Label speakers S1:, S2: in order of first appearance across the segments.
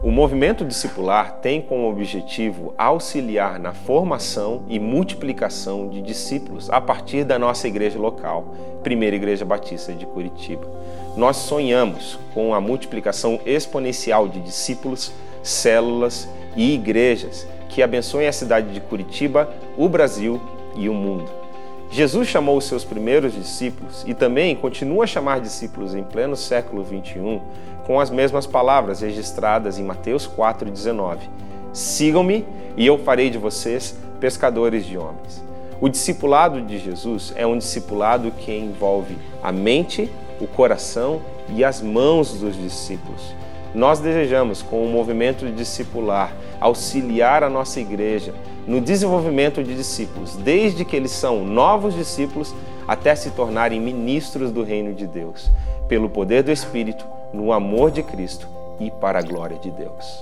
S1: O movimento discipular tem como objetivo auxiliar na formação e multiplicação de discípulos a partir da nossa igreja local, Primeira Igreja Batista de Curitiba. Nós sonhamos com a multiplicação exponencial de discípulos, células e igrejas que abençoem a cidade de Curitiba, o Brasil e o mundo. Jesus chamou os seus primeiros discípulos e também continua a chamar discípulos em pleno século XXI com as mesmas palavras registradas em Mateus 4,19. Sigam-me e eu farei de vocês pescadores de homens. O discipulado de Jesus é um discipulado que envolve a mente, o coração e as mãos dos discípulos. Nós desejamos, com o movimento discipular, auxiliar a nossa igreja no desenvolvimento de discípulos, desde que eles são novos discípulos até se tornarem ministros do reino de Deus, pelo poder do Espírito, no amor de Cristo e para a glória de Deus.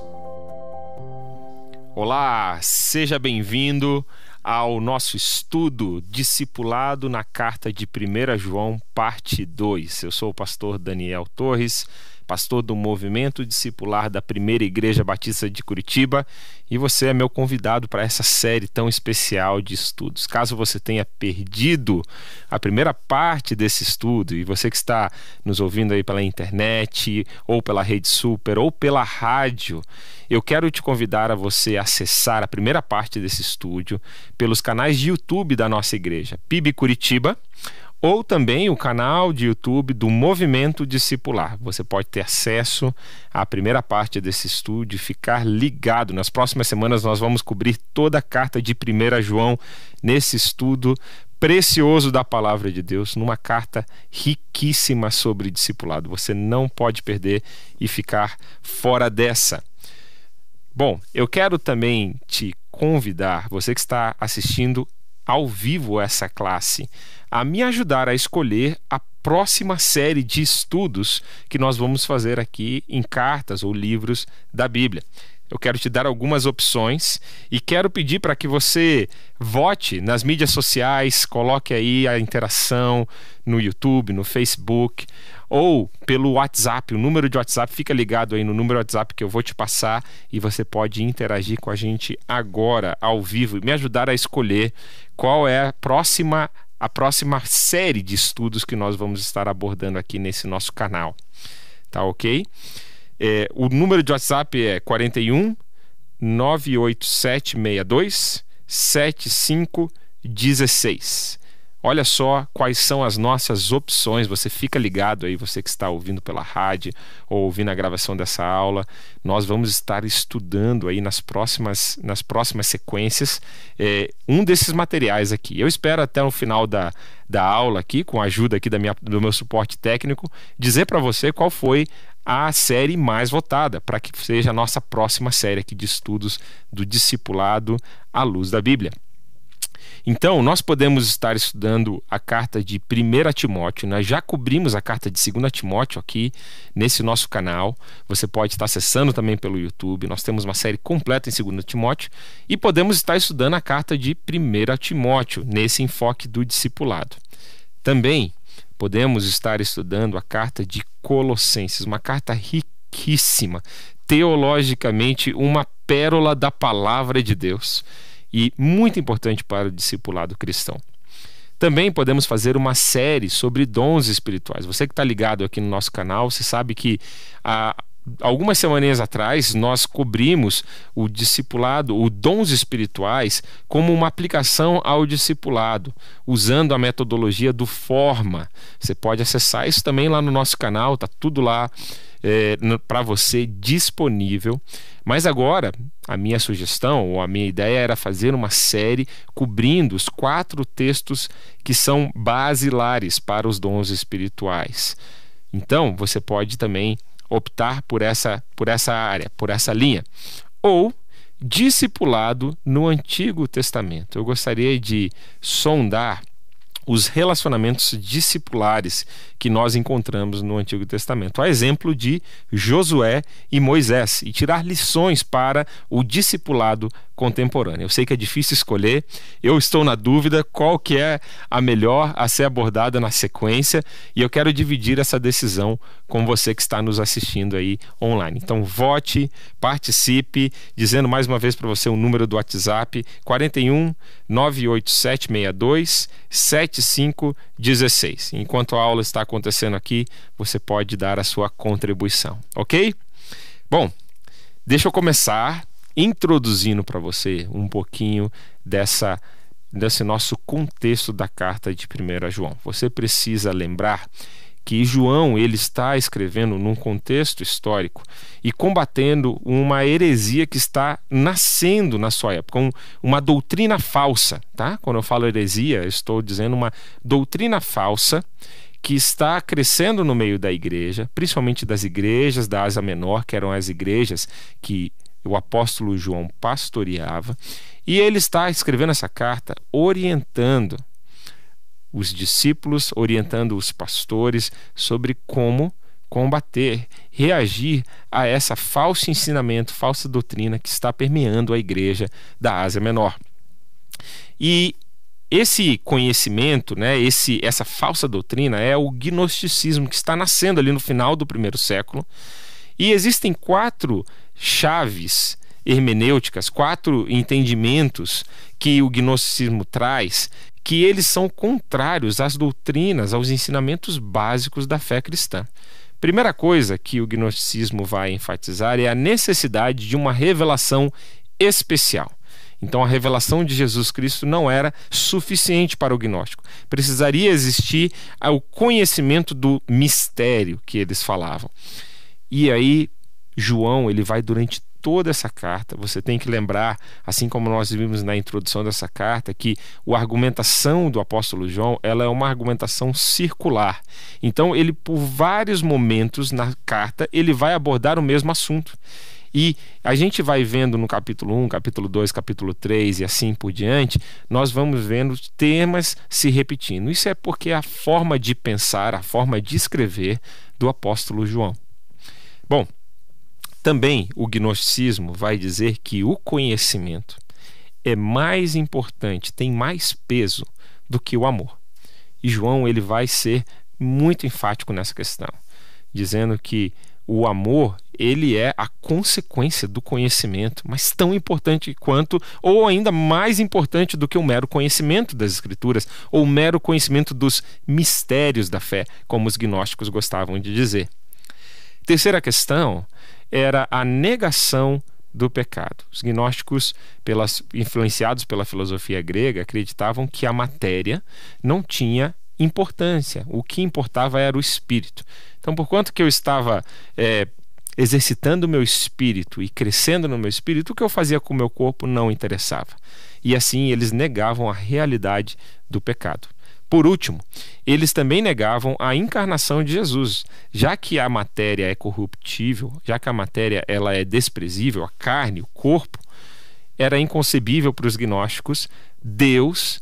S2: Olá, seja bem-vindo ao nosso estudo Discipulado na Carta de 1 João, parte 2. Eu sou o pastor Daniel Torres, pastor do Movimento Discipular da Primeira Igreja Batista de Curitiba, e você é meu convidado para essa série tão especial de estudos. Caso você tenha perdido a primeira parte desse estudo, e você que está nos ouvindo aí pela internet, ou pela Rede Super, ou pela rádio, eu quero te convidar a você acessar a primeira parte desse estudo pelos canais de YouTube da nossa igreja, PIB Curitiba, ou também o canal de YouTube do Movimento Discipular. Você pode ter acesso à primeira parte desse estudo e ficar ligado. Nas próximas semanas nós vamos cobrir toda a carta de 1 João nesse estudo precioso da Palavra de Deus, numa carta riquíssima sobre discipulado. Você não pode perder e ficar fora dessa. Bom, eu quero também te convidar, você que está assistindo ao vivo essa classe, a me ajudar a escolher a próxima série de estudos que nós vamos fazer aqui em cartas ou livros da Bíblia. Eu quero te dar algumas opções e quero pedir para que você vote nas mídias sociais, coloque aí a interação no YouTube, no Facebook ou pelo WhatsApp. O número de WhatsApp, fica ligado aí no número de WhatsApp que eu vou te passar e você pode interagir com a gente agora, ao vivo, e me ajudar a escolher qual é a próxima série de estudos que nós vamos estar abordando aqui nesse nosso canal. Tá ok? O número de WhatsApp é 41 98762 7516. Olha só quais são as nossas opções. Você fica ligado aí, você que está ouvindo pela rádio ou ouvindo a gravação dessa aula. Nós vamos estar estudando aí nas próximas sequências um desses materiais aqui. Eu espero até o final da aula aqui, com a ajuda aqui do meu suporte técnico, dizer para você qual foi a série mais votada, para que seja a nossa próxima série aqui de estudos do discipulado à luz da Bíblia. Então, nós podemos estar estudando a carta de 1 Timóteo, nós já cobrimos a carta de 2 Timóteo aqui nesse nosso canal, você pode estar acessando também pelo YouTube, nós temos uma série completa em 2 Timóteo e podemos estar estudando a carta de 1 Timóteo, nesse enfoque do discipulado. Também podemos estar estudando a carta de Colossenses, uma carta riquíssima, teologicamente uma pérola da palavra de Deus, e muito importante para o discipulado cristão. Também podemos fazer uma série sobre dons espirituais. Você que está ligado aqui no nosso canal, você sabe que algumas semanas atrás nós cobrimos o discipulado, os dons espirituais, como uma aplicação ao discipulado, usando a metodologia do Forma. Você pode acessar isso também lá no nosso canal, está tudo lá para você disponível. Mas agora, a minha sugestão, ou a minha ideia era fazer uma série cobrindo os 4 textos que são basilares para os dons espirituais. Então, você pode também optar por essa área, por essa linha. Ou discipulado no Antigo Testamento. Eu gostaria de sondar os relacionamentos discipulares que nós encontramos no Antigo Testamento, a exemplo de Josué e Moisés, e tirar lições para o discipulado contemporânea. Eu sei que é difícil escolher, eu estou na dúvida qual que é a melhor a ser abordada na sequência, e eu quero dividir essa decisão com você que está nos assistindo aí online. Então vote, participe, dizendo mais uma vez para você o número do WhatsApp, 41 98762 7516. Enquanto a aula está acontecendo aqui, você pode dar a sua contribuição, ok? Bom, deixa eu começar introduzindo para você um pouquinho desse nosso contexto da carta de 1 João. Você precisa lembrar que João ele está escrevendo num contexto histórico e combatendo uma heresia que está nascendo na sua época, uma doutrina falsa, tá? Quando eu falo heresia, eu estou dizendo uma doutrina falsa que está crescendo no meio da igreja, principalmente das igrejas da Ásia Menor, que eram as igrejas que o apóstolo João pastoreava, e ele está escrevendo essa carta orientando os discípulos, orientando os pastores sobre como combater, reagir a essa falso ensinamento, falsa doutrina que está permeando a igreja da Ásia Menor. E esse conhecimento, né, essa falsa doutrina é o gnosticismo que está nascendo ali no final do primeiro século. E existem 4 chaves hermenêuticas, 4 entendimentos que o gnosticismo traz, que eles são contrários às doutrinas, aos ensinamentos básicos da fé cristã. Primeira coisa que o gnosticismo vai enfatizar é a necessidade de uma revelação especial. Então a revelação de Jesus Cristo não era suficiente para o gnóstico. Precisaria existir o conhecimento do mistério que eles falavam. E aí João ele vai durante toda essa carta, você tem que lembrar, assim como nós vimos na introdução dessa carta, que a argumentação do apóstolo João ela é uma argumentação circular. Então ele por vários momentos na carta ele vai abordar o mesmo assunto. E a gente vai vendo no capítulo 1, capítulo 2, capítulo 3 e assim por diante, nós vamos vendo temas se repetindo. Isso é porque a forma de pensar, a forma de escrever do apóstolo João. Bom, também o gnosticismo vai dizer que o conhecimento é mais importante, tem mais peso do que o amor. E João ele vai ser muito enfático nessa questão, dizendo que o amor ele é a consequência do conhecimento, mas tão importante quanto, ou ainda mais importante do que o mero conhecimento das Escrituras, ou o mero conhecimento dos mistérios da fé, como os gnósticos gostavam de dizer. Terceira questão era a negação do pecado. Os gnósticos, influenciados pela filosofia grega, acreditavam que a matéria não tinha importância. O que importava era o espírito. Então, por quanto que eu estava exercitando o meu espírito e crescendo no meu espírito, o que eu fazia com o meu corpo não interessava. E assim eles negavam a realidade do pecado. Por último, eles também negavam a encarnação de Jesus. Já que a matéria é corruptível, já que a matéria ela é desprezível, a carne, o corpo, era inconcebível para os gnósticos Deus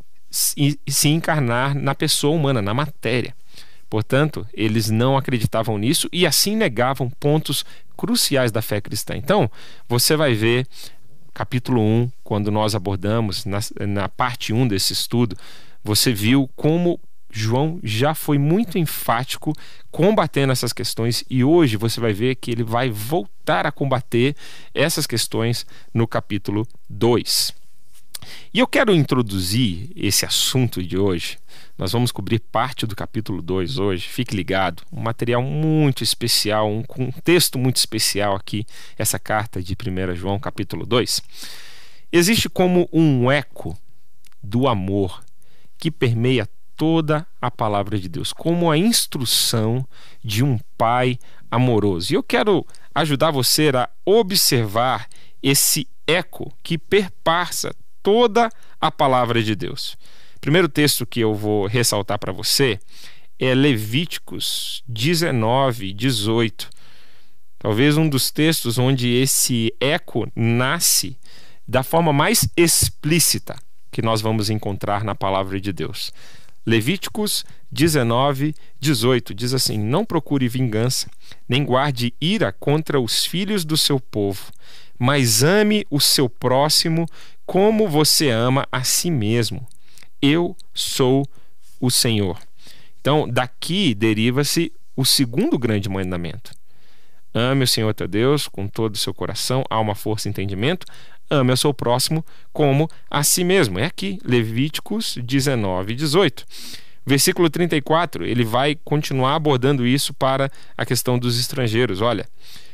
S2: se encarnar na pessoa humana, na matéria. Portanto, eles não acreditavam nisso e assim negavam pontos cruciais da fé cristã. Então, você vai ver capítulo 1, quando nós abordamos na parte 1 desse estudo, você viu como João já foi muito enfático combatendo essas questões e hoje você vai ver que ele vai voltar a combater essas questões no capítulo 2. E eu quero introduzir esse assunto de hoje. Nós vamos cobrir parte do capítulo 2 hoje. Fique ligado, um material muito especial, um contexto muito especial aqui, essa carta de 1 João, capítulo 2. Existe como um eco do amor que permeia toda a palavra de Deus, como a instrução de um pai amoroso. E eu quero ajudar você a observar esse eco que perpassa toda a palavra de Deus. O primeiro texto que eu vou ressaltar para você é Levíticos 19, 18. Talvez um dos textos onde esse eco nasce da forma mais explícita que nós vamos encontrar na palavra de Deus. Levíticos 19, 18 diz assim: não procure vingança, nem guarde ira contra os filhos do seu povo, mas ame o seu próximo como você ama a si mesmo. Eu sou o Senhor. Então, daqui deriva-se o segundo grande mandamento. Ame o Senhor teu Deus com todo o seu coração, alma, força e entendimento. Ame o seu próximo como a si mesmo. É aqui, Levíticos 19, 18. Versículo 34, ele vai continuar abordando isso para a questão dos estrangeiros. Olha,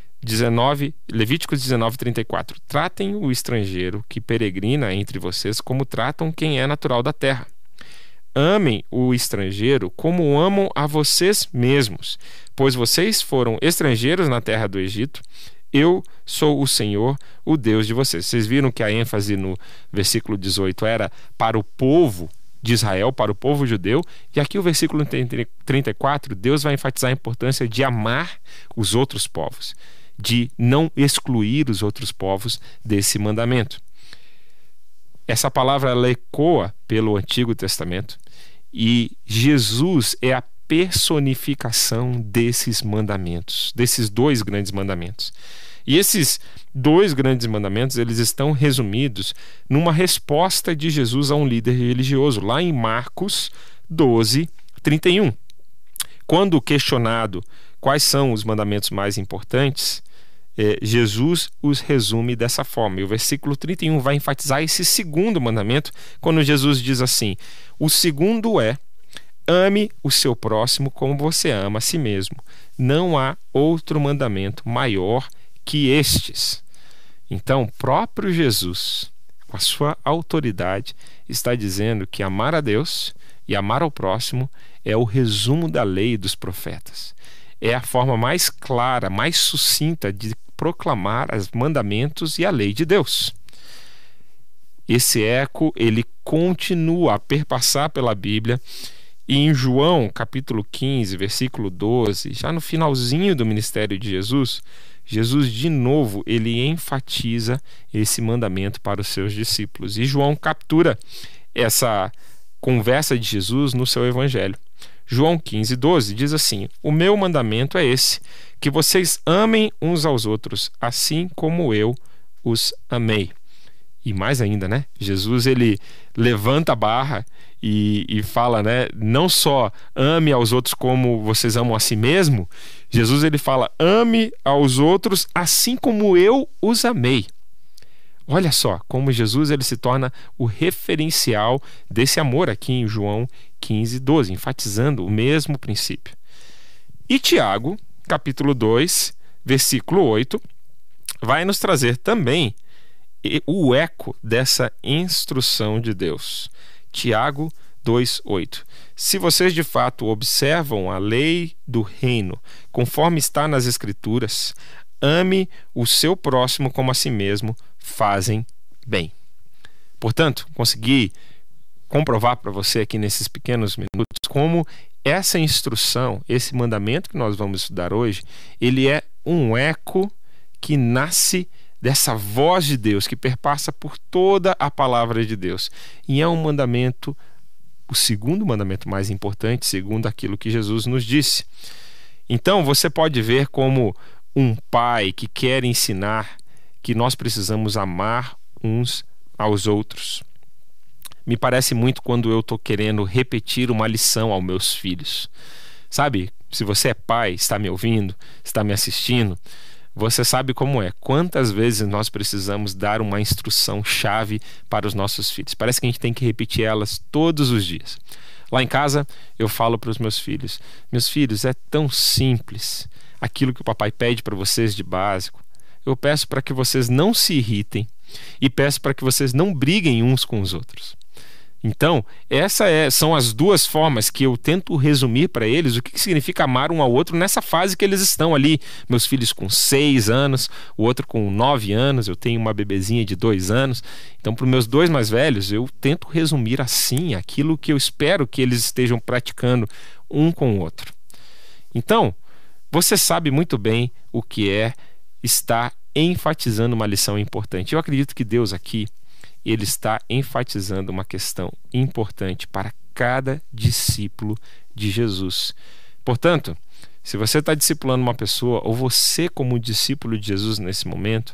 S2: Levíticos 19, 34. Tratem o estrangeiro que peregrina entre vocês como tratam quem é natural da terra. Amem o estrangeiro como amam a vocês mesmos, pois vocês foram estrangeiros na terra do Egito. Eu sou o Senhor, o Deus de vocês. Vocês viram que a ênfase no versículo 18 era para o povo de Israel, para o povo judeu, e aqui o versículo 34, Deus vai enfatizar a importância de amar os outros povos, de não excluir os outros povos desse mandamento. Essa palavra ela ecoa pelo Antigo Testamento e Jesus é a personificação desses mandamentos, desses dois grandes mandamentos. E esses dois grandes mandamentos, eles estão resumidos numa resposta de Jesus a um líder religioso, lá em Marcos 12, 31. Quando questionado quais são os mandamentos mais importantes, Jesus os resume dessa forma. E o versículo 31 vai enfatizar esse segundo mandamento, quando Jesus diz assim: o segundo é: ame o seu próximo como você ama a si mesmo. Não há outro mandamento maior que estes. Então, o próprio Jesus, com a sua autoridade, está dizendo que amar a Deus e amar ao próximo é o resumo da lei e dos profetas. É a forma mais clara, mais sucinta de proclamar os mandamentos e a lei de Deus. Esse eco, ele continua a perpassar pela Bíblia. E em João, capítulo 15, versículo 12, já no finalzinho do ministério de Jesus, Jesus, de novo, ele enfatiza esse mandamento para os seus discípulos. E João captura essa conversa de Jesus no seu evangelho. João 15, 12 diz assim: o meu mandamento é esse, que vocês amem uns aos outros, assim como eu os amei. E mais ainda, né? Jesus, ele levanta a barra e fala, né? Não só ame aos outros como vocês amam a si mesmo. Jesus, ele fala: ame aos outros assim como eu os amei. Olha só como Jesus, ele se torna o referencial desse amor aqui em João 15, 12, enfatizando o mesmo princípio. E Tiago, capítulo 2, versículo 8, vai nos trazer também o eco dessa instrução de Deus. Tiago 2:8. Se vocês de fato observam a lei do reino, conforme está nas Escrituras, ame o seu próximo como a si mesmo, fazem bem. Portanto, consegui comprovar para você aqui nesses pequenos minutos como essa instrução, esse mandamento que nós vamos estudar hoje, ele é um eco que nasce dessa voz de Deus, que perpassa por toda a palavra de Deus. E é um mandamento, o segundo mandamento mais importante, segundo aquilo que Jesus nos disse. Então, você pode ver como um pai que quer ensinar que nós precisamos amar uns aos outros. Me parece muito quando eu estou querendo repetir uma lição aos meus filhos. Sabe, se você é pai, está me ouvindo, está me assistindo, você sabe como é. Quantas vezes nós precisamos dar uma instrução-chave para os nossos filhos? Parece que a gente tem que repetir elas todos os dias. Lá em casa, eu falo para os meus filhos: meus filhos, é tão simples aquilo que o papai pede para vocês de básico. Eu peço para que vocês não se irritem e peço para que vocês não briguem uns com os outros. Então, são as duas formas que eu tento resumir para eles o que significa amar um ao outro nessa fase que eles estão ali. Meus filhos com 6 anos, o outro com 9 anos, eu tenho uma bebezinha de 2 anos. Então, para os meus 2 mais velhos, eu tento resumir assim aquilo que eu espero que eles estejam praticando um com o outro. Então, você sabe muito bem o que é estar enfatizando uma lição importante. Eu acredito que Deus aqui, ele está enfatizando uma questão importante para cada discípulo de Jesus. Portanto, se você está discipulando uma pessoa, ou você como discípulo de Jesus nesse momento,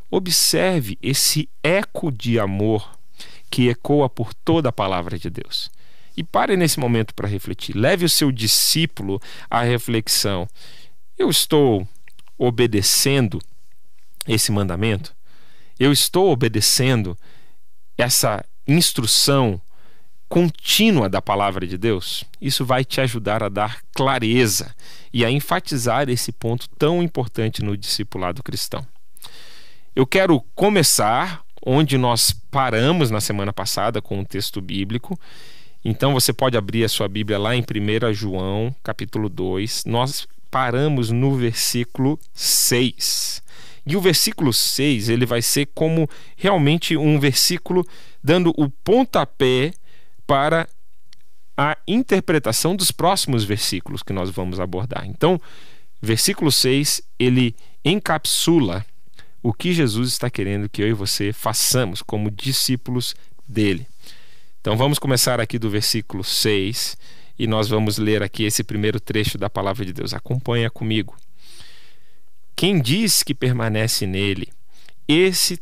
S2: observe esse eco de amor que ecoa por toda a palavra de Deus. E pare nesse momento para refletir. Leve o seu discípulo à reflexão. Eu estou obedecendo esse mandamento? Eu estou obedecendo essa instrução contínua da palavra de Deus? Isso vai te ajudar a dar clareza e a enfatizar esse ponto tão importante no discipulado cristão. Eu quero começar onde nós paramos na semana passada com um texto bíblico. Então você pode abrir a sua Bíblia lá em 1 João, capítulo 2. Nós paramos no versículo 6. E o versículo 6, ele vai ser como realmente um versículo dando o pontapé para a interpretação dos próximos versículos que nós vamos abordar. Então, versículo 6, ele encapsula o que Jesus está querendo que eu e você façamos como discípulos dele. Então vamos começar aqui do versículo 6 e nós vamos ler aqui esse primeiro trecho da palavra de Deus. Acompanha comigo. Quem diz que permanece nele, esse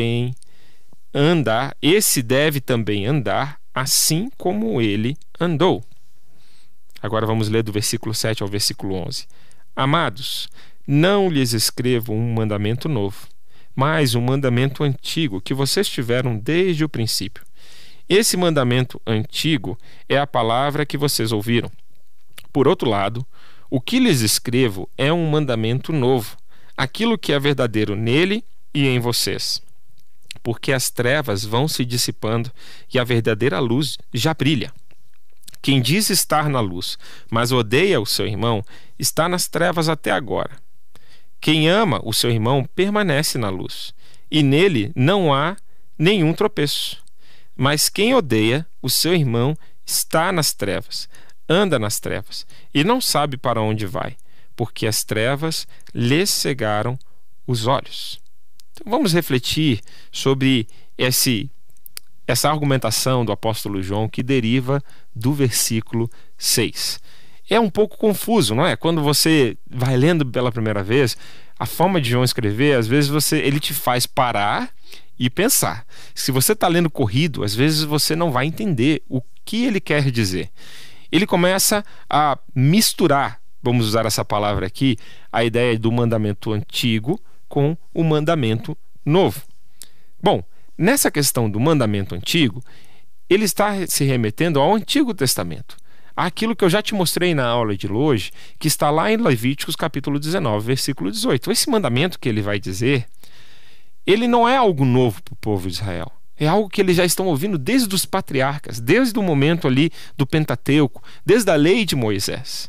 S2: deve também andar assim como ele andou. Agora vamos ler do versículo 7 ao versículo 11. Amados, não lhes escrevo um mandamento novo, mas um mandamento antigo que vocês tiveram desde o princípio. Esse mandamento antigo é a palavra que vocês ouviram. Por outro lado, o que lhes escrevo é um mandamento novo, aquilo que é verdadeiro nele e em vocês. Porque as trevas vão se dissipando e a verdadeira luz já brilha. Quem diz estar na luz, mas odeia o seu irmão, está nas trevas até agora. Quem ama o seu irmão permanece na luz, e nele não há nenhum tropeço. Mas quem odeia o seu irmão está nas trevas, anda nas trevas, e não sabe para onde vai, porque as trevas lhe cegaram os olhos. Então, vamos refletir sobre essa argumentação do apóstolo João que deriva do versículo 6. É um pouco confuso, não é? Quando você vai lendo pela primeira vez, a forma de João escrever, às vezes ele te faz parar e pensar. Se você está lendo corrido, às vezes você não vai entender o que ele quer dizer. Ele começa a misturar, vamos usar essa palavra aqui, a ideia do mandamento antigo com o mandamento novo. Bom, nessa questão do mandamento antigo, ele está se remetendo ao Antigo Testamento, aquilo que eu já te mostrei na aula de hoje, que está lá em Levíticos capítulo 19, versículo 18. Esse mandamento que ele vai dizer, ele não é algo novo para o povo de Israel. É algo que eles já estão ouvindo desde os patriarcas, desde o momento ali do Pentateuco, desde a lei de Moisés.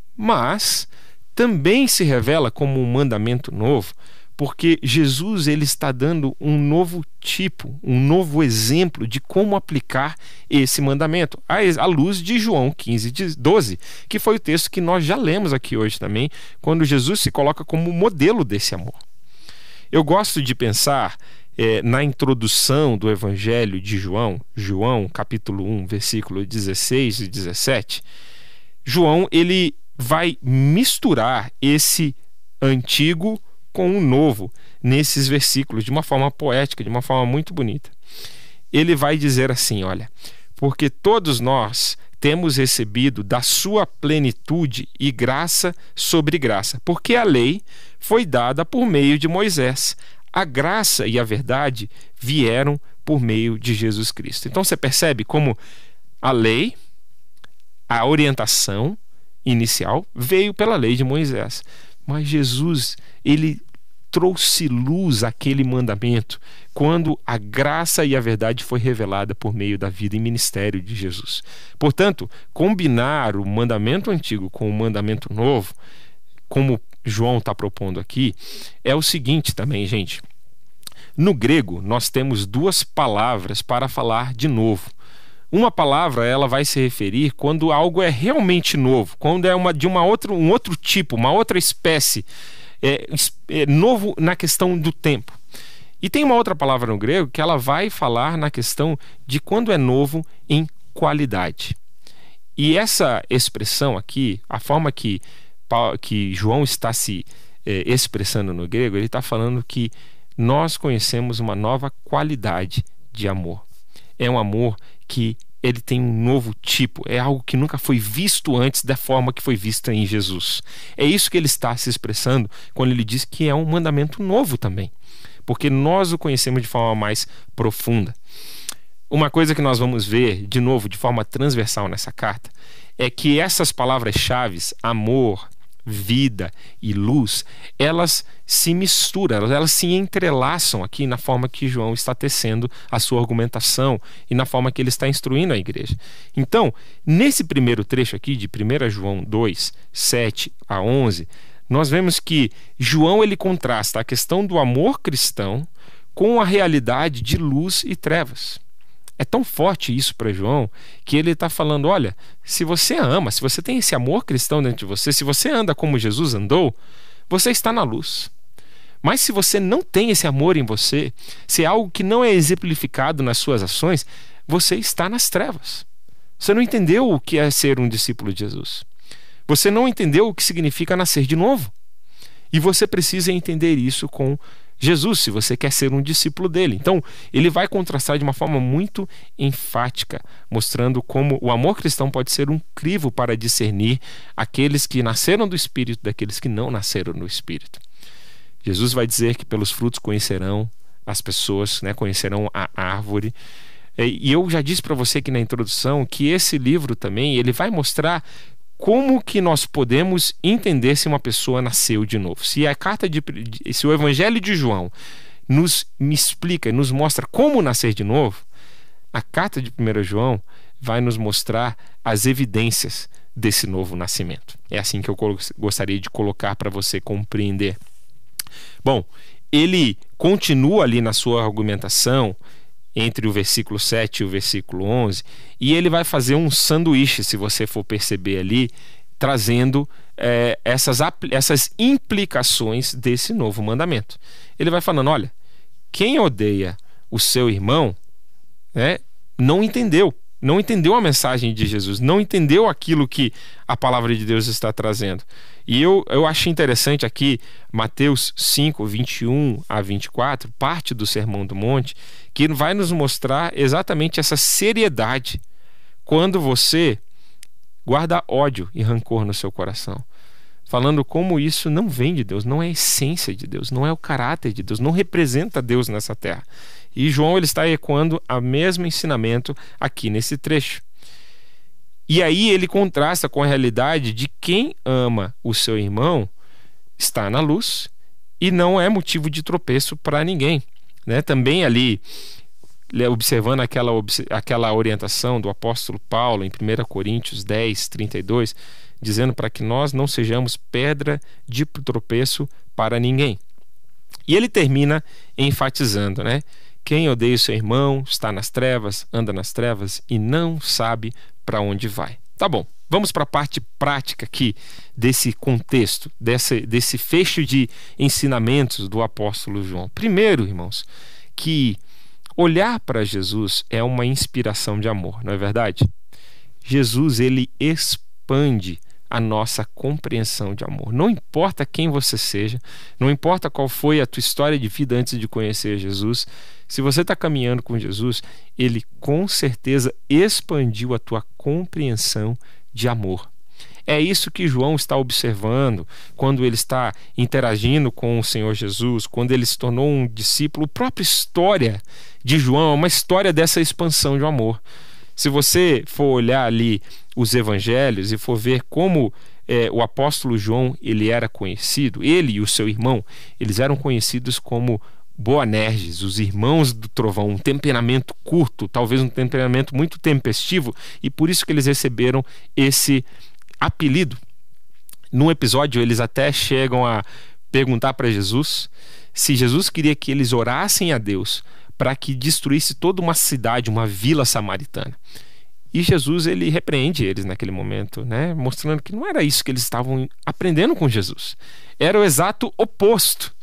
S2: Mas também se revela como um mandamento novo, porque Jesus ele está dando um novo tipo, um novo exemplo de como aplicar esse mandamento, à luz de João 15, 12, que foi o texto que nós já lemos aqui hoje também, quando Jesus se coloca como modelo desse amor. Eu gosto de pensar na introdução do Evangelho de João, capítulo 1, versículo 16 e 17. João ele vai misturar esse antigo com o novo nesses versículos de uma forma poética, de uma forma muito bonita. Ele vai dizer assim, olha, porque todos nós temos recebido da sua plenitude e graça sobre graça, porque a lei foi dada por meio de Moisés. A graça e a verdade vieram por meio de Jesus Cristo. Então você percebe como a lei, a orientação inicial veio pela lei de Moisés. Mas Jesus, ele trouxe luz àquele mandamento quando a graça e a verdade foi revelada por meio da vida e ministério de Jesus. Portanto, combinar o mandamento antigo com o mandamento novo, como João está propondo aqui, é o seguinte também, gente. No grego, nós temos duas palavras para falar de novo. Uma palavra ela vai se referir quando algo é realmente novo, quando é um outro tipo, uma outra espécie, novo na questão do tempo. E tem uma outra palavra no grego que ela vai falar na questão de quando é novo em qualidade. E essa expressão aqui, a forma que João está se expressando no grego, ele está falando que nós conhecemos uma nova qualidade de amor. É um amor que ele tem um novo tipo, é algo que nunca foi visto antes da forma que foi vista em Jesus. É isso que ele está se expressando quando ele diz que é um mandamento novo também, porque nós o conhecemos de forma mais profunda. Uma coisa que nós vamos ver, de novo, de forma transversal nessa carta, é que essas palavras-chave, amor, vida e luz, elas se misturam, elas se entrelaçam aqui na forma que João está tecendo a sua argumentação e na forma que ele está instruindo a igreja. Então, nesse primeiro trecho aqui de 1 João 2, 7 a 11, nós vemos que João ele contrasta a questão do amor cristão com a realidade de luz e trevas. É tão forte isso para João que ele está falando, olha, se você ama, se você tem esse amor cristão dentro de você, se você anda como Jesus andou, você está na luz. Mas se você não tem esse amor em você, se é algo que não é exemplificado nas suas ações, você está nas trevas. Você não entendeu o que é ser um discípulo de Jesus. Você não entendeu o que significa nascer de novo. E você precisa entender isso com Jesus, se você quer ser um discípulo dele. Então, ele vai contrastar de uma forma muito enfática, mostrando como o amor cristão pode ser um crivo para discernir aqueles que nasceram do Espírito daqueles que não nasceram do Espírito. Jesus vai dizer que pelos frutos conhecerão as pessoas, né, conhecerão a árvore. E eu já disse para você aqui na introdução que esse livro também ele vai mostrar como que nós podemos entender se uma pessoa nasceu de novo. Se o Evangelho de João me explica, nos mostra como nascer de novo, a carta de 1 João vai nos mostrar as evidências desse novo nascimento. É assim que eu gostaria de colocar para você compreender. Bom, ele continua ali na sua argumentação entre o versículo 7 e o versículo 11, e ele vai fazer um sanduíche, se você for perceber ali, trazendo essas implicações desse novo mandamento. Ele vai falando, olha, quem odeia o seu irmão, não entendeu a mensagem de Jesus, não entendeu aquilo que a palavra de Deus está trazendo. E eu acho interessante aqui, Mateus 5, 21 a 24, parte do Sermão do Monte, que vai nos mostrar exatamente essa seriedade quando você guarda ódio e rancor no seu coração, falando como isso não vem de Deus, não é a essência de Deus, não é o caráter de Deus, não representa Deus nessa terra. E João ele está ecoando o mesmo ensinamento aqui nesse trecho. E aí ele contrasta com a realidade de quem ama o seu irmão está na luz e não é motivo de tropeço para ninguém. Também ali, observando aquela orientação do apóstolo Paulo em 1 Coríntios 10, 32, dizendo para que nós não sejamos pedra de tropeço para ninguém. E ele termina enfatizando, quem odeia o seu irmão está nas trevas, anda nas trevas e não sabe para onde vai. Tá bom, vamos para a parte prática aqui desse contexto, desse fecho de ensinamentos do apóstolo João. Primeiro, irmãos, que olhar para Jesus é uma inspiração de amor, não é verdade? Jesus, ele expande a nossa compreensão de amor. Não importa quem você seja, não importa qual foi a tua história de vida antes de conhecer Jesus, se você está caminhando com Jesus, ele com certeza expandiu a tua compreensão de amor. É isso que João está observando quando ele está interagindo com o Senhor Jesus, quando ele se tornou um discípulo. A própria história de João é uma história dessa expansão de amor. Se você for olhar ali os evangelhos e for ver como o apóstolo João ele era conhecido, ele e o seu irmão, eles eram conhecidos como Boanerges, os irmãos do trovão, um temperamento curto, talvez um temperamento muito tempestivo, e por isso que eles receberam esse apelido. Num episódio eles até chegam a perguntar para Jesus se Jesus queria que eles orassem a Deus para que destruísse toda uma cidade, uma vila samaritana. E Jesus ele repreende eles naquele momento, mostrando que não era isso que eles estavam aprendendo com Jesus. Era o exato oposto.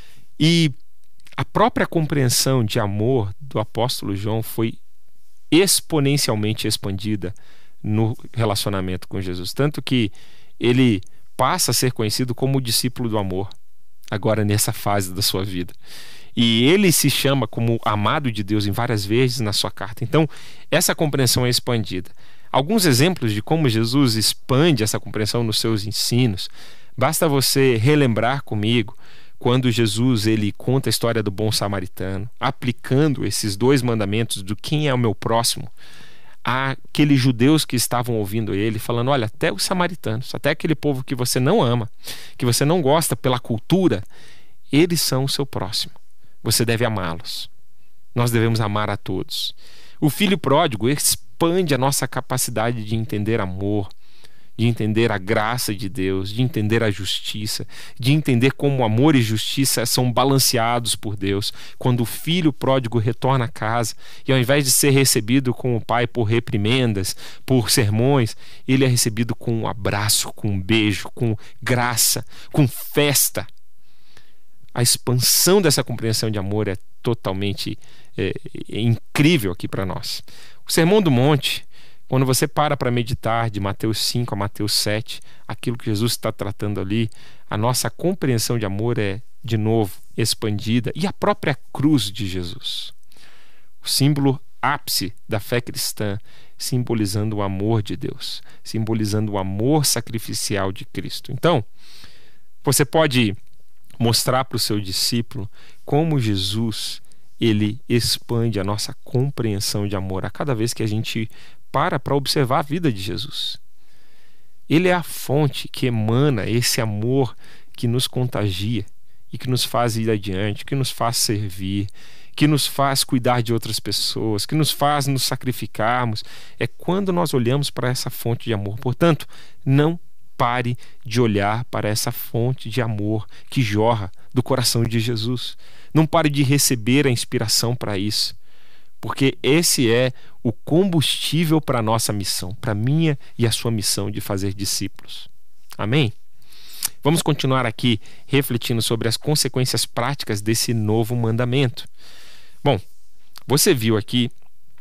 S2: E a própria compreensão de amor do apóstolo João foi exponencialmente expandida no relacionamento com Jesus. Tanto que ele passa a ser conhecido como o discípulo do amor, agora nessa fase da sua vida. E ele se chama como amado de Deus em várias vezes na sua carta. Então, essa compreensão é expandida. Alguns exemplos de como Jesus expande essa compreensão nos seus ensinos. Basta você relembrar comigo quando Jesus ele conta a história do bom samaritano, aplicando esses 2 mandamentos do quem é o meu próximo, àqueles judeus que estavam ouvindo ele, falando, olha, até os samaritanos, até aquele povo que você não ama, que você não gosta pela cultura, eles são o seu próximo. Você deve amá-los. Nós devemos amar a todos. O filho pródigo expande a nossa capacidade de entender amor, de entender a graça de Deus, de entender a justiça, de entender como amor e justiça são balanceados por Deus. Quando o filho pródigo retorna a casa e ao invés de ser recebido com o pai por reprimendas, por sermões, ele é recebido com um abraço, com um beijo, com graça, com festa. A expansão dessa compreensão de amor é totalmente incrível aqui para nós. O Sermão do Monte, quando você para meditar de Mateus 5 a Mateus 7, aquilo que Jesus está tratando ali, a nossa compreensão de amor é, de novo, expandida. E a própria cruz de Jesus, o símbolo ápice da fé cristã, simbolizando o amor de Deus, simbolizando o amor sacrificial de Cristo. Então, você pode mostrar para o seu discípulo como Jesus ele expande a nossa compreensão de amor a cada vez que a gente para observar a vida de Jesus. Ele é a fonte que emana esse amor que nos contagia e que nos faz ir adiante, que nos faz servir, que nos faz cuidar de outras pessoas, que nos faz nos sacrificarmos. É quando nós olhamos para essa fonte de amor. Portanto, não pare de olhar para essa fonte de amor que jorra do coração de Jesus. Não pare de receber a inspiração para isso, porque esse é o combustível para a nossa missão, para a minha e a sua missão de fazer discípulos. Amém? Vamos continuar aqui refletindo sobre as consequências práticas desse novo mandamento. Bom, você viu aqui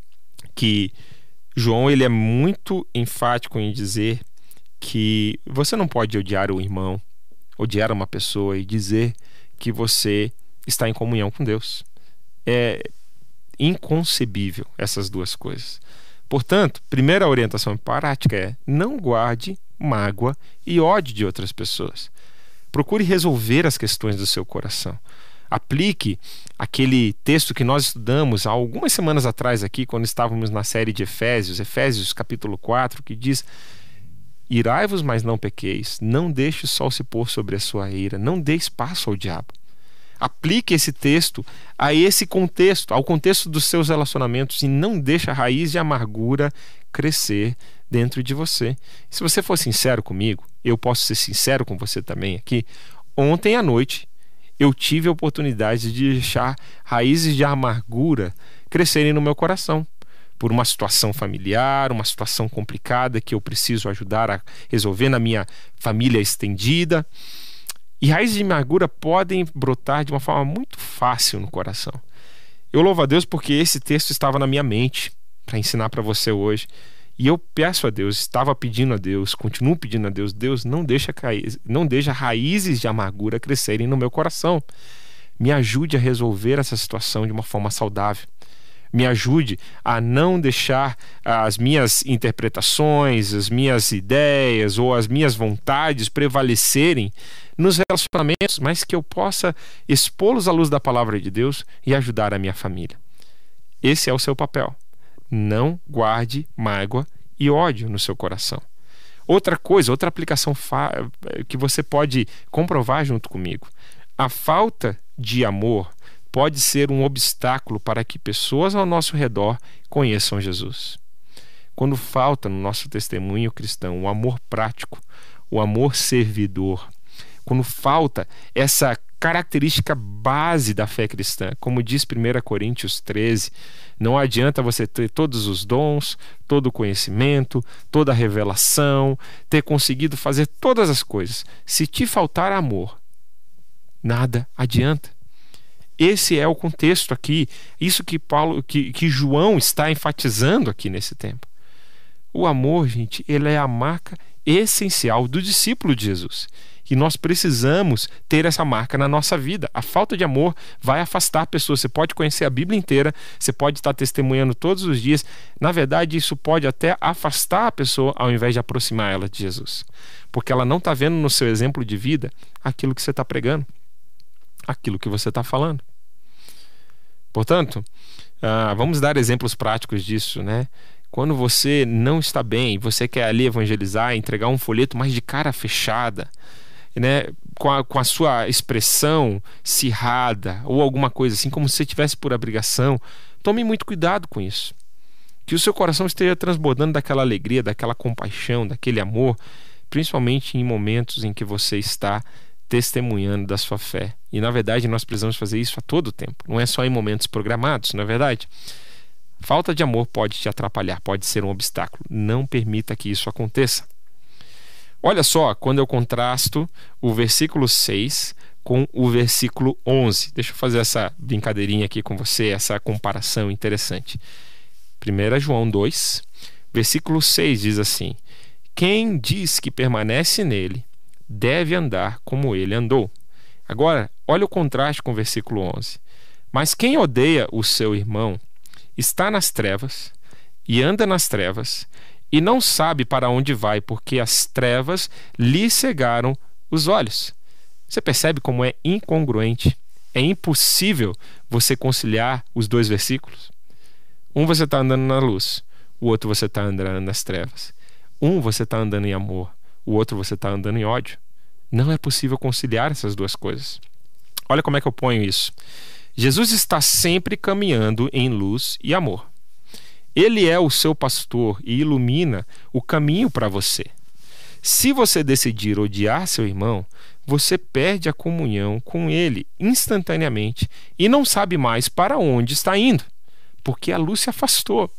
S2: que João ele é muito enfático em dizer que você não pode odiar o irmão, odiar uma pessoa e dizer que você está em comunhão com Deus. É inconcebível essas duas coisas. Portanto, primeira orientação prática é: não guarde mágoa e ódio de outras pessoas. Procure resolver as questões do seu coração. Aplique aquele texto que nós estudamos há algumas semanas atrás aqui, quando estávamos na série de Efésios capítulo 4, que diz: irai-vos, mas não pequeis, não deixe o sol se pôr sobre a sua ira, não dê espaço ao diabo. Aplique esse texto a esse contexto, ao contexto dos seus relacionamentos, e não deixe a raiz de amargura crescer dentro de você. Se você for sincero comigo, eu posso ser sincero com você também aqui. Ontem à noite eu tive a oportunidade de deixar raízes de amargura crescerem no meu coração, por uma situação familiar, uma situação complicada que eu preciso ajudar a resolver na minha família estendida. E raízes de amargura podem brotar de uma forma muito fácil no coração. Eu louvo a Deus porque esse texto estava na minha mente para ensinar para você hoje. E eu peço a Deus, estava pedindo a Deus, continuo pedindo a Deus: Deus, não deixa raízes de amargura crescerem no meu coração. Me ajude a resolver essa situação de uma forma saudável. Me ajude a não deixar as minhas interpretações, as minhas ideias ou as minhas vontades prevalecerem nos relacionamentos, mas que eu possa expô-los à luz da palavra de Deus e ajudar a minha família. Esse é o seu papel. Não guarde mágoa e ódio no seu coração. Outra coisa, outra aplicação que você pode comprovar junto comigo: a falta de amor pode ser um obstáculo para que pessoas ao nosso redor conheçam Jesus. Quando falta no nosso testemunho cristão o amor prático, o amor servidor, quando falta essa característica base da fé cristã, como diz 1 Coríntios 13, não adianta você ter todos os dons, todo o conhecimento, toda a revelação, ter conseguido fazer todas as coisas. Se te faltar amor, nada adianta. Esse é o contexto aqui, isso que João está enfatizando aqui nesse tempo. O amor, gente, ele é a marca essencial do discípulo de Jesus. E nós precisamos ter essa marca na nossa vida. A falta de amor vai afastar pessoas. Você pode conhecer a Bíblia inteira, você pode estar testemunhando todos os dias. Na verdade, isso pode até afastar a pessoa ao invés de aproximar ela de Jesus. Porque ela não está vendo no seu exemplo de vida aquilo que você está pregando, aquilo que você está falando. Portanto, vamos dar exemplos práticos disso, né? Quando você não está bem, você quer ali evangelizar, entregar um folheto, mas de cara fechada, né? Com a sua expressão acirrada ou alguma coisa assim, como se você estivesse por obrigação, tome muito cuidado com isso. Que o seu coração esteja transbordando daquela alegria, daquela compaixão, daquele amor, principalmente em momentos em que você está testemunhando da sua fé. E na verdade nós precisamos fazer isso a todo tempo, não é só em momentos programados, não é verdade? Falta de amor pode te atrapalhar, pode ser um obstáculo. Não permita que isso aconteça. Olha só, quando eu contrasto o versículo 6 com o versículo 11. Deixa eu fazer essa brincadeirinha aqui com você, essa comparação interessante. 1 João 2, versículo 6 diz assim: quem diz que permanece nele deve andar como ele andou. Agora, olha o contraste com o versículo 11. Mas quem odeia o seu irmão está nas trevas e anda nas trevas e não sabe para onde vai, porque as trevas lhe cegaram os olhos. Você percebe como é incongruente? É impossível você conciliar os dois versículos. Um você está andando na luz, o outro você está andando nas trevas. Um você está andando em amor, o outro você está andando em ódio. Não é possível conciliar essas duas coisas. Olha como é que eu ponho isso. Jesus está sempre caminhando em luz e amor. Ele é o seu pastor e ilumina o caminho para você. Se você decidir odiar seu irmão, você perde a comunhão com ele instantaneamente e não sabe mais para onde está indo, porque a luz se afastou.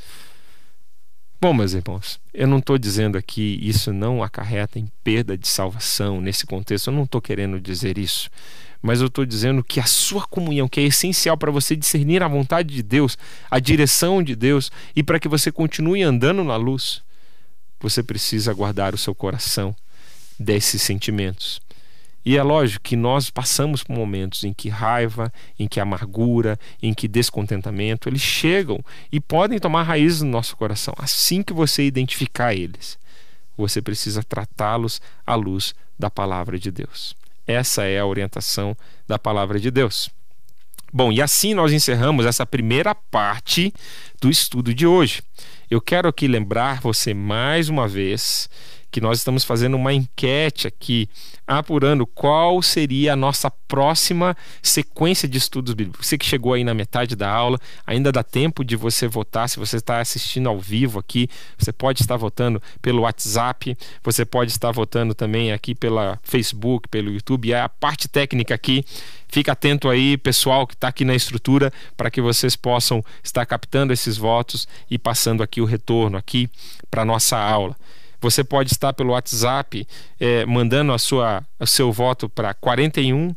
S2: Bom, meus irmãos, eu não estou dizendo aqui isso não acarreta em perda de salvação nesse contexto, eu não estou querendo dizer isso. Mas eu estou dizendo que a sua comunhão, que é essencial para você discernir a vontade de Deus, a direção de Deus, e para que você continue andando na luz, você precisa guardar o seu coração desses sentimentos. E é lógico que nós passamos por momentos em que raiva, em que amargura, em que descontentamento, eles chegam e podem tomar raiz no nosso coração. Assim que você identificar eles, você precisa tratá-los à luz da palavra de Deus. Essa é a orientação da palavra de Deus. Bom, e assim nós encerramos essa primeira parte do estudo de hoje. Eu quero aqui lembrar você mais uma vez que nós estamos fazendo uma enquete aqui, apurando qual seria a nossa próxima sequência de estudos bíblicos. Você que chegou aí na metade da aula, ainda dá tempo de você votar. Se você está assistindo ao vivo aqui, você pode estar votando pelo WhatsApp, você pode estar votando também aqui pela Facebook, pelo YouTube. É a parte técnica aqui. Fica atento aí, pessoal que está aqui na estrutura, para que vocês possam estar captando esses votos e passando aqui o retorno aqui para a nossa aula. Você pode estar pelo WhatsApp mandando o seu voto para 41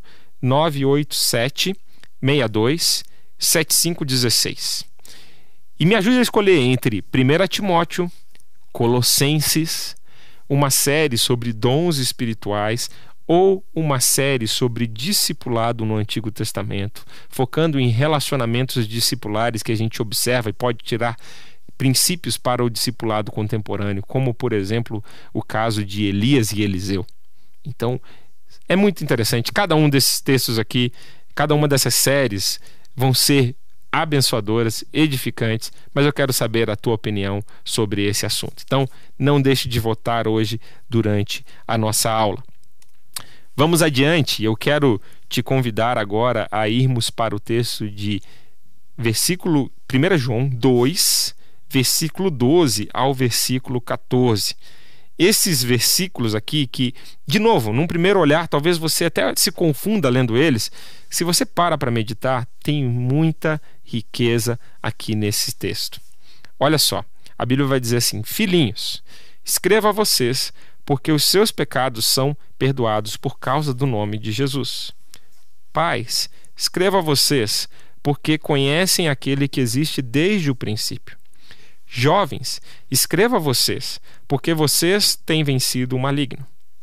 S2: 987 62 7516. E me ajude a escolher entre 1 Timóteo, Colossenses, uma série sobre dons espirituais ou uma série sobre discipulado no Antigo Testamento, focando em relacionamentos discipulares que a gente observa e pode tirar princípios para o discipulado contemporâneo, como, por exemplo, o caso de Elias e Eliseu. Então, é muito interessante. Cada um desses textos aqui, cada uma dessas séries vão ser abençoadoras, edificantes, mas eu quero saber a tua opinião sobre esse assunto. Então, não deixe de votar hoje durante a nossa aula. Vamos adiante. Eu quero te convidar agora a irmos para o texto de 1 João 2, versículo 12 ao versículo 14. Esses versículos aqui que, de novo, num primeiro olhar, talvez você até se confunda lendo eles. Se você para meditar, tem muita riqueza aqui nesse texto. Olha só, a Bíblia vai dizer assim: filhinhos, escrevo a vocês porque os seus pecados são perdoados por causa do nome de Jesus. Pais, escrevo a vocês porque conhecem aquele que existe desde o princípio. Jovens, escrevo a vocês, porque vocês têm vencido o maligno.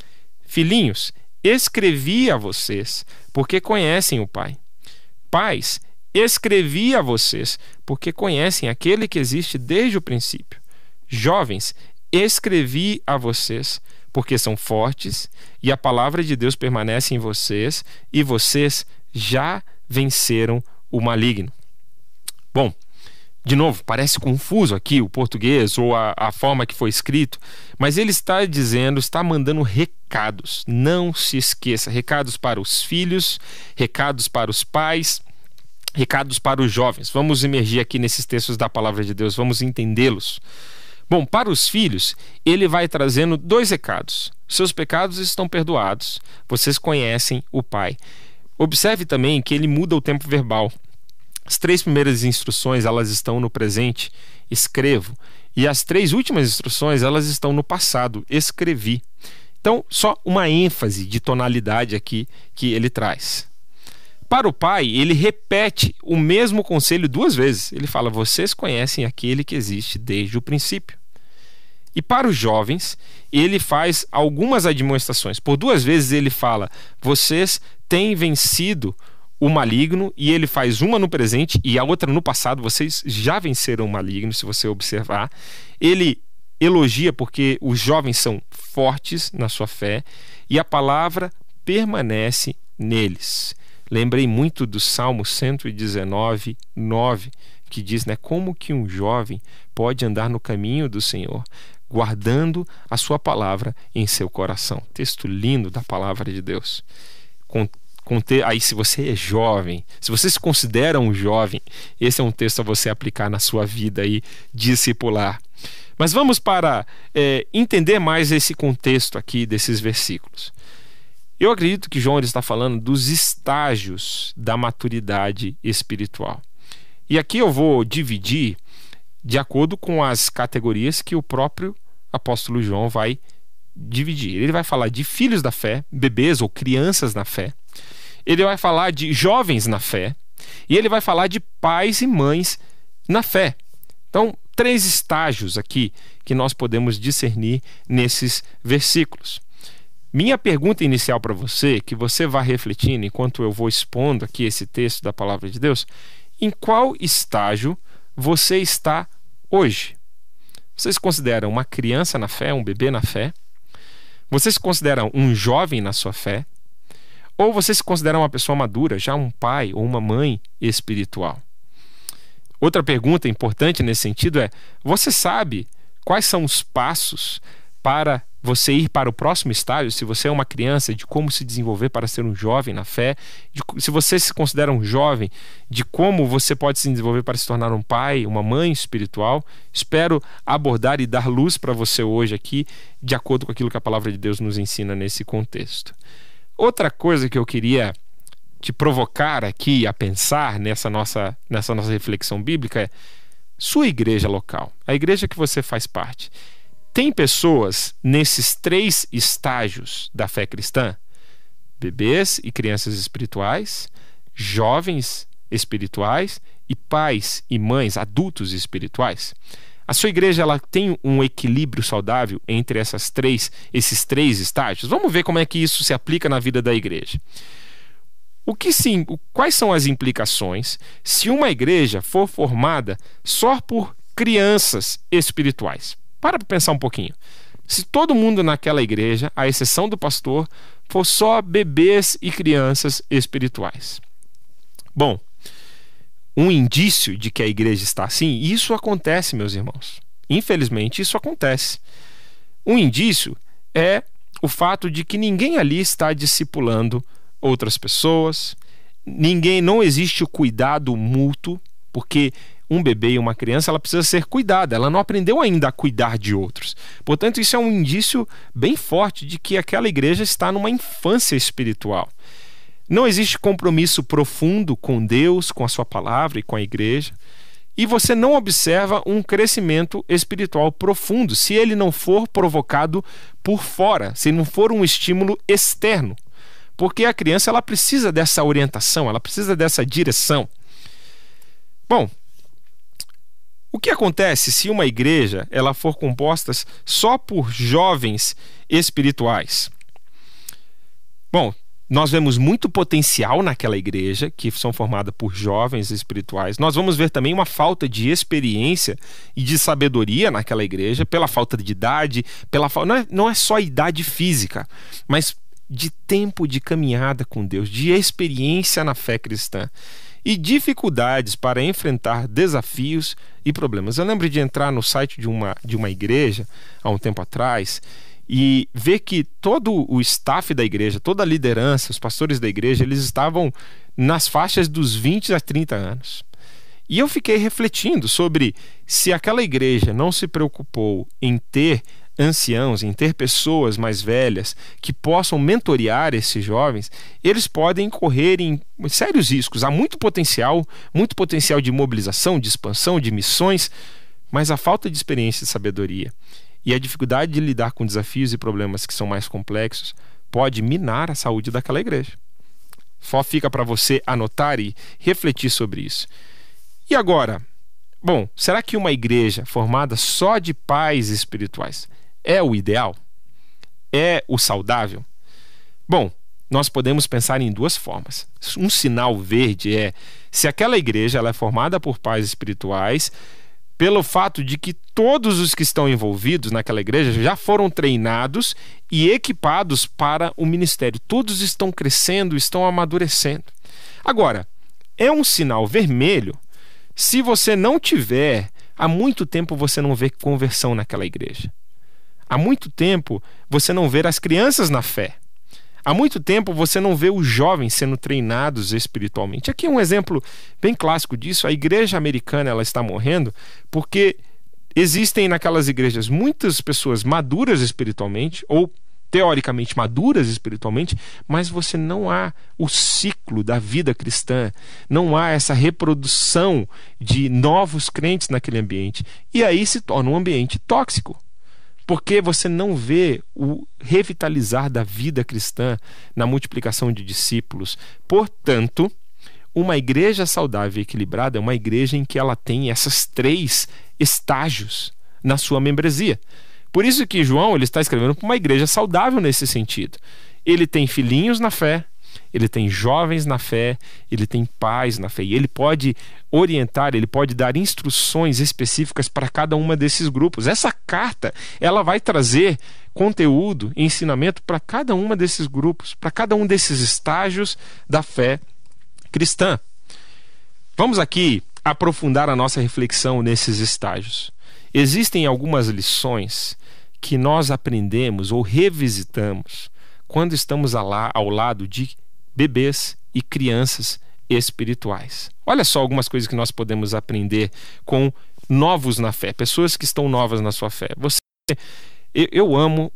S2: Filhinhos, escrevi a vocês, porque conhecem o Pai. Pais, escrevi a vocês, porque conhecem aquele que existe desde o princípio. Jovens, escrevi a vocês, porque são fortes, e a palavra de Deus permanece em vocês, e vocês já venceram o maligno. Bom, de novo, parece confuso aqui o português ou a forma que foi escrito, mas ele está dizendo, está mandando recados. Não se esqueça, recados para os filhos, recados para os pais, recados para os jovens. Vamos emergir aqui nesses textos da palavra de Deus, vamos entendê-los. Bom, para os filhos, ele vai trazendo 2 recados. Seus pecados estão perdoados, vocês conhecem o Pai. Observe também que ele muda o tempo verbal. As 3 primeiras instruções, elas estão no presente, escrevo. E as 3 últimas instruções, elas estão no passado, escrevi. Então, só uma ênfase de tonalidade aqui que ele traz. Para o pai, ele repete o mesmo conselho 2 vezes. Ele fala, vocês conhecem aquele que existe desde o princípio. E para os jovens, ele faz algumas admoestações. Por 2 vezes ele fala, vocês têm vencido o maligno, e ele faz uma no presente e a outra no passado. Vocês já venceram o maligno, se você observar. Ele elogia porque os jovens são fortes na sua fé e a palavra permanece neles. Lembrei muito do Salmo 119, 9, que diz, como que um jovem pode andar no caminho do Senhor, guardando a sua palavra em seu coração. Texto lindo da palavra de Deus. Aí, se você é jovem, se você se considera um jovem, esse é um texto a você aplicar na sua vida aí, discipular. Mas vamos para entender mais esse contexto aqui desses versículos. Eu acredito que João está falando dos estágios da maturidade espiritual. E aqui eu vou dividir de acordo com as categorias que o próprio apóstolo João vai dividir. Ele vai falar de filhos da fé, bebês ou crianças na fé. Ele vai falar de jovens na fé e ele vai falar de pais e mães na fé. Então, 3 estágios aqui que nós podemos discernir nesses versículos. Minha pergunta inicial para você, que você vai refletindo enquanto eu vou expondo aqui esse texto da palavra de Deus, em qual estágio você está hoje? Você se considera uma criança na fé, um bebê na fé? Você se considera um jovem na sua fé? Ou você se considera uma pessoa madura, já um pai ou uma mãe espiritual? Outra pergunta importante nesse sentido é, você sabe quais são os passos para você ir para o próximo estágio, se você é uma criança, de como se desenvolver para ser um jovem na fé, se você se considera um jovem, de como você pode se desenvolver para se tornar um pai, uma mãe espiritual? Espero abordar e dar luz para você hoje aqui, de acordo com aquilo que a palavra de Deus nos ensina nesse contexto. Outra coisa que eu queria te provocar aqui a pensar nessa nossa reflexão bíblica é sua igreja local, a igreja que você faz parte. Tem pessoas nesses 3 estágios da fé cristã? Bebês e crianças espirituais, jovens espirituais e pais e mães, adultos espirituais. A sua igreja ela tem um equilíbrio saudável entre esses 3 estágios? Vamos ver como é que isso se aplica na vida da igreja. Quais são as implicações se uma igreja for formada só por crianças espirituais? Para pensar um pouquinho. Se todo mundo naquela igreja, à exceção do pastor, for só bebês e crianças espirituais. Bom, um indício de que a igreja está assim, isso acontece, meus irmãos. Infelizmente, isso acontece. Um indício é o fato de que ninguém ali está discipulando outras pessoas, não existe o cuidado mútuo, porque um bebê e uma criança ela precisa ser cuidada, ela não aprendeu ainda a cuidar de outros. Portanto, isso é um indício bem forte de que aquela igreja está numa infância espiritual. Não existe compromisso profundo com Deus, com a sua palavra e com a igreja. E você não observa um crescimento espiritual profundo se ele não for provocado por fora, se não for um estímulo externo. Porque a criança ela precisa dessa orientação, ela precisa dessa direção. Bom, o que acontece se uma igreja ela for composta só por jovens espirituais? Bom, nós vemos muito potencial naquela igreja, que são formadas por jovens espirituais. Nós vamos ver também uma falta de experiência e de sabedoria naquela igreja, pela falta de idade, não é só idade física, mas de tempo de caminhada com Deus, de experiência na fé cristã e dificuldades para enfrentar desafios e problemas. Eu lembro de entrar no site de uma igreja há um tempo atrás e ver que todo o staff da igreja, toda a liderança, os pastores da igreja, eles estavam nas faixas dos 20 a 30 anos. E eu fiquei refletindo sobre se aquela igreja não se preocupou em ter anciãos, em ter pessoas mais velhas que possam mentorear esses jovens, eles podem correr em sérios riscos. Há muito potencial de mobilização, de expansão, de missões, mas a falta de experiência e sabedoria e a dificuldade de lidar com desafios e problemas que são mais complexos pode minar a saúde daquela igreja. Só fica para você anotar e refletir sobre isso. E agora, bom, será que uma igreja formada só de pais espirituais é o ideal? É o saudável? Bom, nós podemos pensar em duas formas. Um sinal verde é se aquela igreja ela é formada por pais espirituais, pelo fato de que todos os que estão envolvidos naquela igreja já foram treinados e equipados para o ministério. Todos estão crescendo, estão amadurecendo. Agora, é um sinal vermelho se você não tiver, há muito tempo você não vê conversão naquela igreja. Há muito tempo você não vê as crianças na fé. Há muito tempo você não vê os jovens sendo treinados espiritualmente. Aqui é um exemplo bem clássico disso. A igreja americana ela está morrendo porque existem naquelas igrejas muitas pessoas maduras espiritualmente ou teoricamente maduras espiritualmente, mas você não há o ciclo da vida cristã, não há essa reprodução de novos crentes naquele ambiente. E aí se torna um ambiente tóxico. Porque você não vê o revitalizar da vida cristã na multiplicação de discípulos. Portanto, uma igreja saudável e equilibrada é uma igreja em que ela tem esses 3 estágios na sua membresia. Por isso que João ele está escrevendo para uma igreja saudável nesse sentido. Ele tem filhinhos na fé, ele tem jovens na fé, ele tem pais na fé. E ele pode orientar, ele pode dar instruções específicas para cada uma desses grupos. Essa carta, ela vai trazer conteúdo, ensinamento para cada uma desses grupos, para cada um desses estágios da fé cristã. Vamos aqui aprofundar a nossa reflexão nesses estágios. Existem algumas lições que nós aprendemos ou revisitamos quando estamos ao lado de bebês e crianças espirituais. Olha só algumas coisas que nós podemos aprender com novos na fé, pessoas que estão novas na sua fé. Eu amo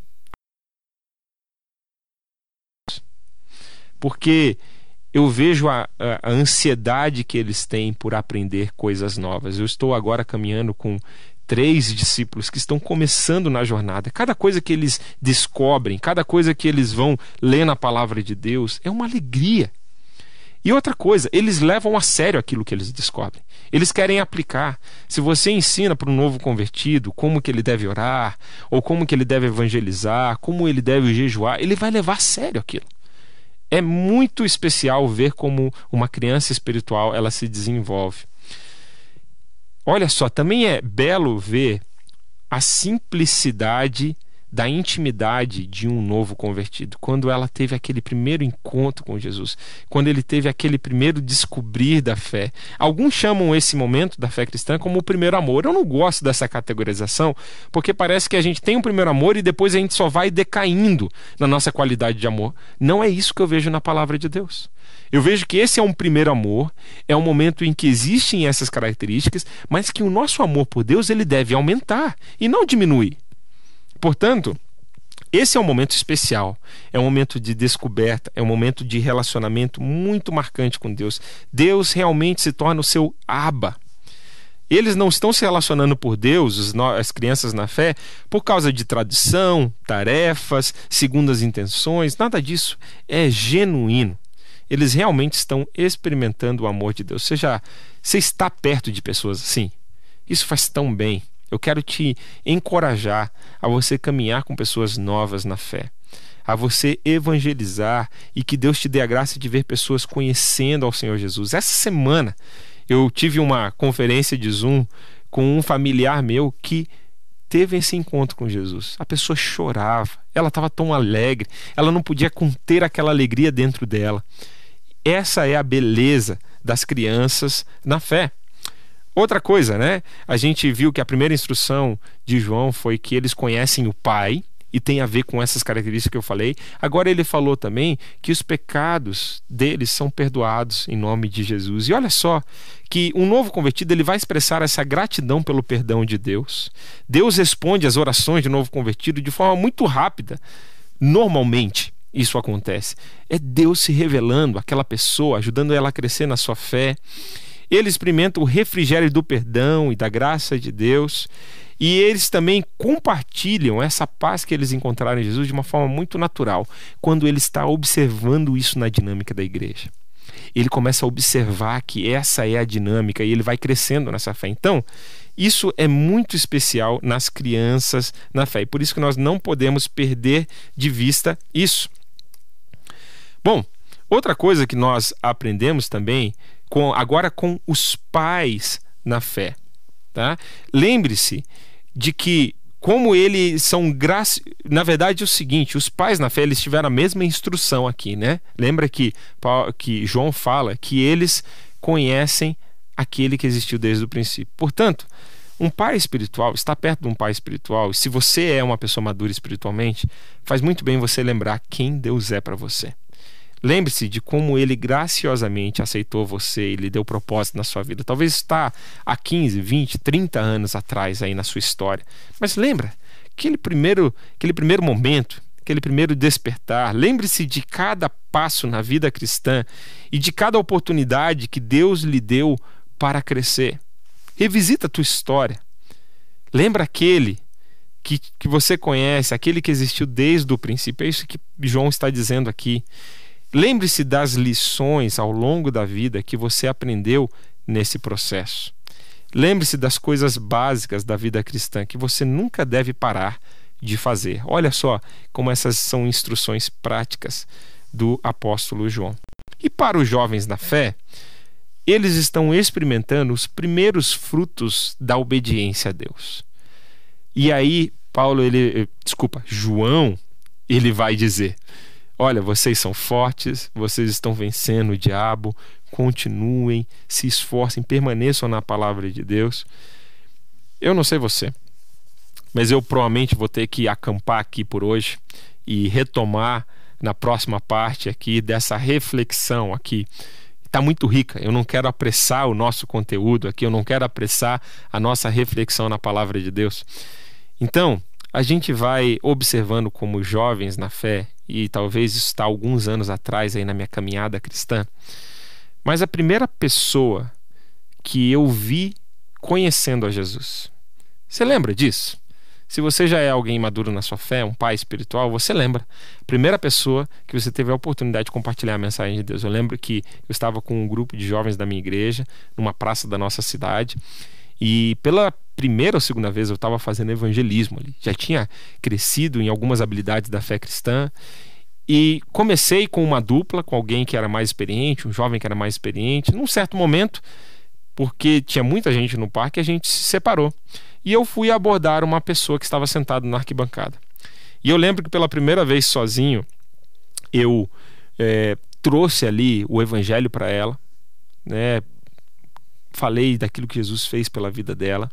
S2: porque eu vejo a ansiedade que eles têm por aprender coisas novas. Eu estou agora caminhando com 3 discípulos que estão começando na jornada. Cada coisa que eles descobrem, cada coisa que eles vão ler na palavra de Deus é uma alegria. E outra coisa, eles levam a sério aquilo que eles descobrem. Eles querem aplicar. Se você ensina para um novo convertido como que ele deve orar, ou como que ele deve evangelizar, como ele deve jejuar, ele vai levar a sério aquilo. É muito especial ver como uma criança espiritual ela se desenvolve. Olha só, também é belo ver a simplicidade da intimidade de um novo convertido. Quando ela teve aquele primeiro encontro com Jesus, quando ele teve aquele primeiro descobrir da fé. Alguns chamam esse momento da fé cristã como o primeiro amor. Eu não gosto dessa categorização, porque parece que a gente tem um primeiro amor e depois a gente só vai decaindo na nossa qualidade de amor. Não é isso que eu vejo na palavra de Deus. Eu vejo que esse é um primeiro amor, é um momento em que existem essas características, mas que o nosso amor por Deus ele deve aumentar e não diminuir. Portanto, esse é um momento especial, é um momento de descoberta, é um momento de relacionamento muito marcante com Deus. Deus realmente se torna o seu Abba. Eles não estão se relacionando por Deus, as crianças na fé, por causa de tradição, tarefas, segundas intenções, nada disso. É genuíno. Eles realmente estão experimentando o amor de Deus. Você está perto de pessoas assim. Isso faz tão bem. Eu quero te encorajar a você caminhar com pessoas novas na fé. a você evangelizar e que Deus te dê a graça de ver pessoas conhecendo ao Senhor Jesus. Essa semana eu tive uma conferência de Zoom com um familiar meu que teve esse encontro com Jesus. A pessoa chorava, ela estava tão alegre, ela não podia conter aquela alegria dentro dela. Essa é a beleza das crianças na fé. Outra coisa, né? A gente viu que a primeira instrução de João foi que eles conhecem o Pai, e tem a ver com essas características que eu falei. Agora ele falou também que os pecados deles são perdoados em nome de Jesus. E olha só que um novo convertido ele vai expressar essa gratidão pelo perdão de Deus. Deus responde às orações de novo convertido de forma muito rápida. Normalmente isso acontece. É Deus se revelando àquela pessoa, ajudando ela a crescer na sua fé. Ele experimenta o refrigério do perdão e da graça de Deus. E eles também compartilham essa paz que eles encontraram em Jesus de uma forma muito natural, quando ele está observando isso na dinâmica da igreja. Ele começa a observar que essa é a dinâmica e ele vai crescendo nessa fé. Então, isso é muito especial nas crianças na fé. E por isso que nós não podemos perder de vista isso. Bom, outra coisa que nós aprendemos também, agora com os pais na fé. Tá? Lembre-se de que como eles são na verdade é o seguinte, os pais na fé eles tiveram a mesma instrução aqui, né? Lembra que João fala que eles conhecem aquele que existiu desde o princípio. Portanto, um pai espiritual, estar perto de um pai espiritual, e se você é uma pessoa madura espiritualmente, faz muito bem você lembrar quem Deus é para você. Lembre-se de como ele graciosamente aceitou você e lhe deu propósito na sua vida. Talvez está há 15, 20, 30 anos atrás aí na sua história. Mas lembra, aquele primeiro momento, aquele primeiro despertar. Lembre-se de cada passo na vida cristã e de cada oportunidade que Deus lhe deu para crescer. Revisita a tua história. Lembra aquele que você conhece, aquele que existiu desde o princípio. É isso que João está dizendo aqui. Lembre-se das lições ao longo da vida que você aprendeu nesse processo. Lembre-se das coisas básicas da vida cristã que você nunca deve parar de fazer. Olha só como essas são instruções práticas do apóstolo João. E para os jovens na fé, eles estão experimentando os primeiros frutos da obediência a Deus. E aí, João, ele vai dizer: olha, vocês são fortes, vocês estão vencendo o diabo, continuem, se esforcem, permaneçam na palavra de Deus. Eu não sei você, mas eu provavelmente vou ter que acampar aqui por hoje e retomar na próxima parte aqui dessa reflexão aqui. Está muito rica, eu não quero apressar o nosso conteúdo aqui, eu não quero apressar a nossa reflexão na palavra de Deus. Então, a gente vai observando como jovens na fé, e talvez isso está alguns anos atrás aí na minha caminhada cristã, mas a primeira pessoa que eu vi conhecendo a Jesus. Você lembra disso? Se você já é alguém maduro na sua fé, um pai espiritual, você lembra. A primeira pessoa que você teve a oportunidade de compartilhar a mensagem de Deus. Eu lembro que eu estava com um grupo de jovens da minha igreja, numa praça da nossa cidade, e pela primeira ou segunda vez eu estava fazendo evangelismo ali. Já tinha crescido em algumas habilidades da fé cristã e comecei com uma dupla, com alguém que era mais experiente, um jovem que era mais experiente. Num certo momento, porque tinha muita gente no parque, a gente se separou. E eu fui abordar uma pessoa que estava sentada na arquibancada. E eu lembro que pela primeira vez sozinho, eu trouxe ali o evangelho para ela, né? Falei daquilo que Jesus fez pela vida dela.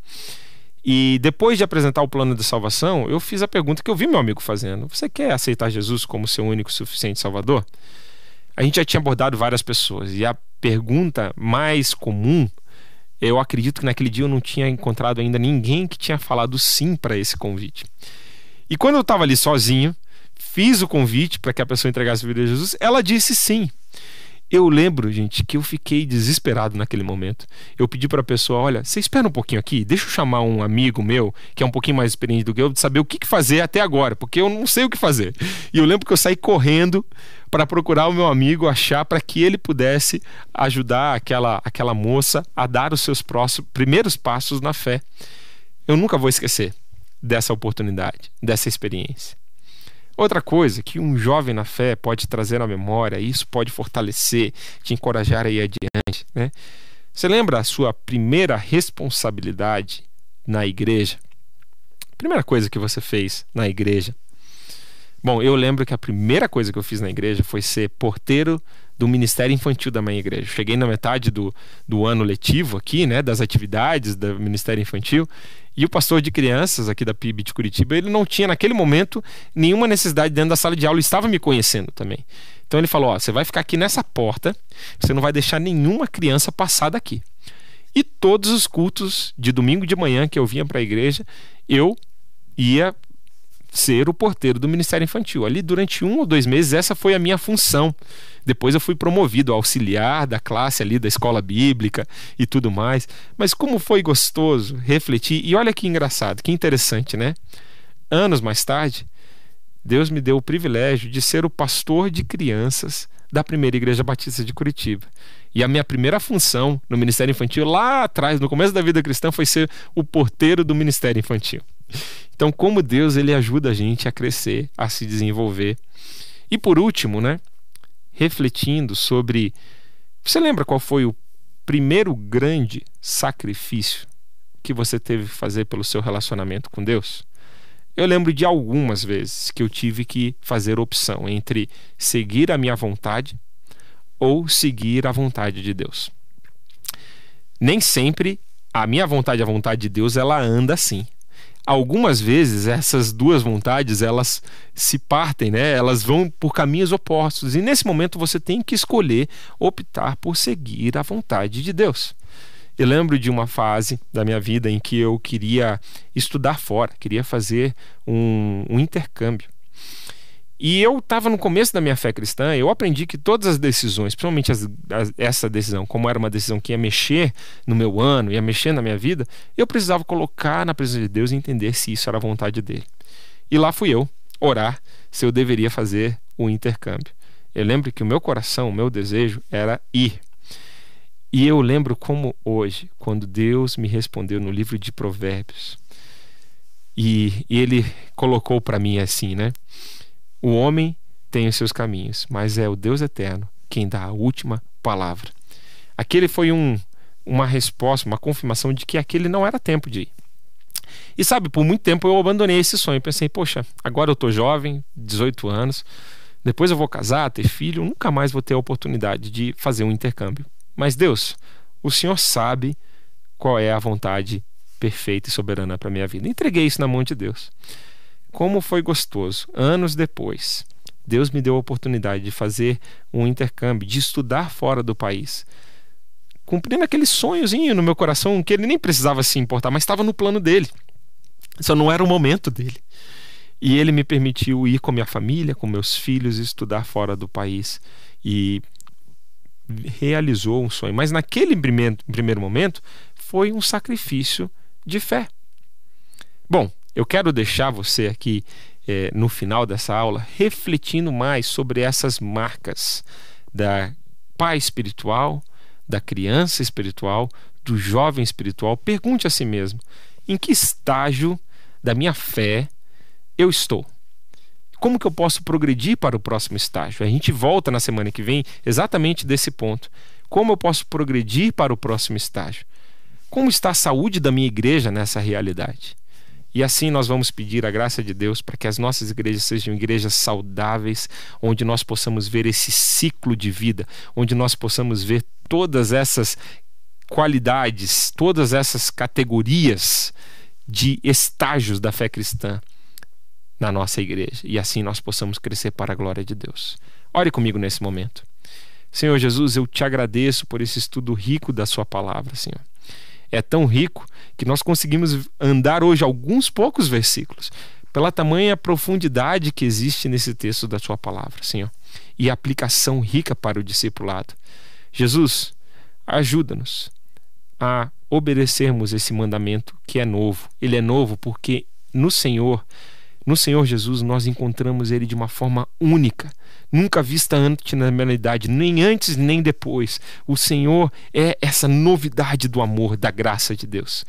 S2: E depois de apresentar o plano de salvação, eu fiz a pergunta que eu vi meu amigo fazendo: você quer aceitar Jesus como seu único e suficiente Salvador? A gente já tinha abordado várias pessoas, e a pergunta mais comum, eu acredito que naquele dia eu não tinha encontrado ainda ninguém que tinha falado sim para esse convite. E quando eu estava ali sozinho, fiz o convite para que a pessoa entregasse a vida a Jesus, ela disse sim. Eu lembro, gente, que eu fiquei desesperado naquele momento. Eu pedi para a pessoa: olha, você espera um pouquinho aqui, deixa eu chamar um amigo meu, que é um pouquinho mais experiente do que eu, de saber o que fazer até agora, porque eu não sei o que fazer. E eu lembro que eu saí correndo para procurar o meu amigo, achar para que ele pudesse ajudar aquela moça a dar os seus primeiros passos na fé. Eu nunca vou esquecer dessa oportunidade, dessa experiência. Outra coisa que um jovem na fé pode trazer à memória, isso pode fortalecer, te encorajar a ir adiante, né? Você lembra a sua primeira responsabilidade na igreja? Primeira coisa que você fez na igreja? Bom, eu lembro que a primeira coisa que eu fiz na igreja foi ser porteiro do Ministério Infantil da minha igreja. Cheguei na metade do ano letivo aqui, né, das atividades do Ministério Infantil, e o pastor de crianças aqui da PIB de Curitiba, ele não tinha naquele momento nenhuma necessidade dentro da sala de aula, ele estava me conhecendo também. Então ele falou, você vai ficar aqui nessa porta, você não vai deixar nenhuma criança passar daqui. E todos os cultos de domingo de manhã que eu vinha para a igreja, eu ia ser o porteiro do Ministério Infantil. Ali durante 1 ou 2 meses essa foi a minha função. Depois eu fui promovido a auxiliar da classe ali da escola bíblica e tudo mais. Mas como foi gostoso refletir, e olha que engraçado, que interessante, né? Anos mais tarde, Deus me deu o privilégio de ser o pastor de crianças da primeira Igreja Batista de Curitiba. E a minha primeira função no Ministério Infantil, lá atrás, no começo da vida cristã, foi ser o porteiro do Ministério Infantil. Então, como Deus, ele ajuda a gente a crescer, a se desenvolver. E por último, né, refletindo sobre... Você lembra qual foi o primeiro grande sacrifício que você teve que fazer pelo seu relacionamento com Deus? Eu lembro de algumas vezes que eu tive que fazer opção entre seguir a minha vontade ou seguir a vontade de Deus. Nem sempre a minha vontade e a vontade de Deus, ela anda assim. Algumas vezes essas duas vontades, elas se partem, né? Elas vão por caminhos opostos. E nesse momento você tem que escolher, optar por seguir a vontade de Deus. Eu lembro de uma fase da minha vida em que eu queria estudar fora, queria fazer um intercâmbio. E eu estava no começo da minha fé cristã, eu aprendi que todas as decisões, principalmente essa decisão, como era uma decisão que ia mexer no meu ano, ia mexer na minha vida, eu precisava colocar na presença de Deus e entender se isso era a vontade dele. E lá fui eu orar se eu deveria fazer o intercâmbio. Eu lembro que o meu coração, o meu desejo era ir. E eu lembro como hoje, quando Deus me respondeu no livro de Provérbios, e ele colocou para mim assim, né? O homem tem os seus caminhos, mas é o Deus eterno quem dá a última palavra. Aquele foi uma resposta, uma confirmação de que aquele não era tempo de ir. E sabe, por muito tempo eu abandonei esse sonho. Pensei, poxa, agora eu estou jovem, 18 anos, depois eu vou casar, ter filho, nunca mais vou ter a oportunidade de fazer um intercâmbio. Mas Deus, o Senhor sabe qual é a vontade perfeita e soberana para a minha vida. Entreguei isso na mão de Deus. Como foi gostoso, anos depois, Deus me deu a oportunidade de fazer um intercâmbio, de estudar fora do país, cumprindo aquele sonhozinho no meu coração que ele nem precisava se importar, mas estava no plano dele, só não era o momento dele. E ele me permitiu ir com minha família, com meus filhos, estudar fora do país, e realizou um sonho. Mas naquele primeiro momento foi um sacrifício de fé. Bom, eu quero deixar você aqui no final dessa aula refletindo mais sobre essas marcas da pai espiritual, da criança espiritual, do jovem espiritual. Pergunte a si mesmo, em que estágio da minha fé eu estou? Como que eu posso progredir para o próximo estágio? A gente volta na semana que vem exatamente desse ponto. Como eu posso progredir para o próximo estágio? Como está a saúde da minha igreja nessa realidade? E assim nós vamos pedir a graça de Deus para que as nossas igrejas sejam igrejas saudáveis, onde nós possamos ver esse ciclo de vida, onde nós possamos ver todas essas qualidades, todas essas categorias de estágios da fé cristã na nossa igreja. E assim nós possamos crescer para a glória de Deus. Ore comigo nesse momento. Senhor Jesus, eu te agradeço por esse estudo rico da sua palavra, Senhor. É tão rico que nós conseguimos andar hoje alguns poucos versículos, pela tamanha profundidade que existe nesse texto da sua palavra, Senhor, e a aplicação rica para o discipulado. Jesus, ajuda-nos a obedecermos esse mandamento que é novo. Ele é novo porque no Senhor Jesus nós encontramos ele de uma forma única, nunca vista antes na humanidade, nem antes nem depois. O Senhor é essa novidade do amor, da graça de Deus.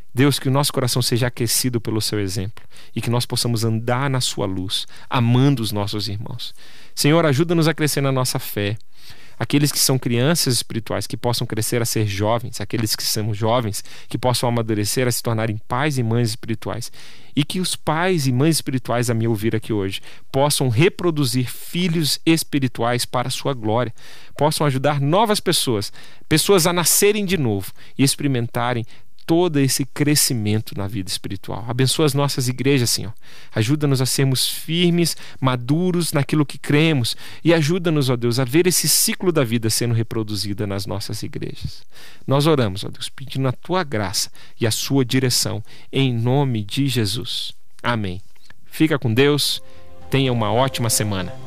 S2: Deus, que o nosso coração seja aquecido pelo seu exemplo e que nós possamos andar na sua luz, amando os nossos irmãos. Senhor, ajuda-nos a crescer na nossa fé. Aqueles que são crianças espirituais, que possam crescer a ser jovens. Aqueles que são jovens, que possam amadurecer a se tornarem pais e mães espirituais. E que os pais e mães espirituais a me ouvir aqui hoje possam reproduzir filhos espirituais para a sua glória. Possam ajudar novas pessoas a nascerem de novo e experimentarem todo esse crescimento na vida espiritual. Abençoa as nossas igrejas, Senhor. Ajuda-nos a sermos firmes, maduros naquilo que cremos e ajuda-nos, ó Deus, a ver esse ciclo da vida sendo reproduzida nas nossas igrejas. Nós oramos, ó Deus, pedindo a Tua graça e a Sua direção, em nome de Jesus. Amém. Fica com Deus. Tenha uma ótima semana.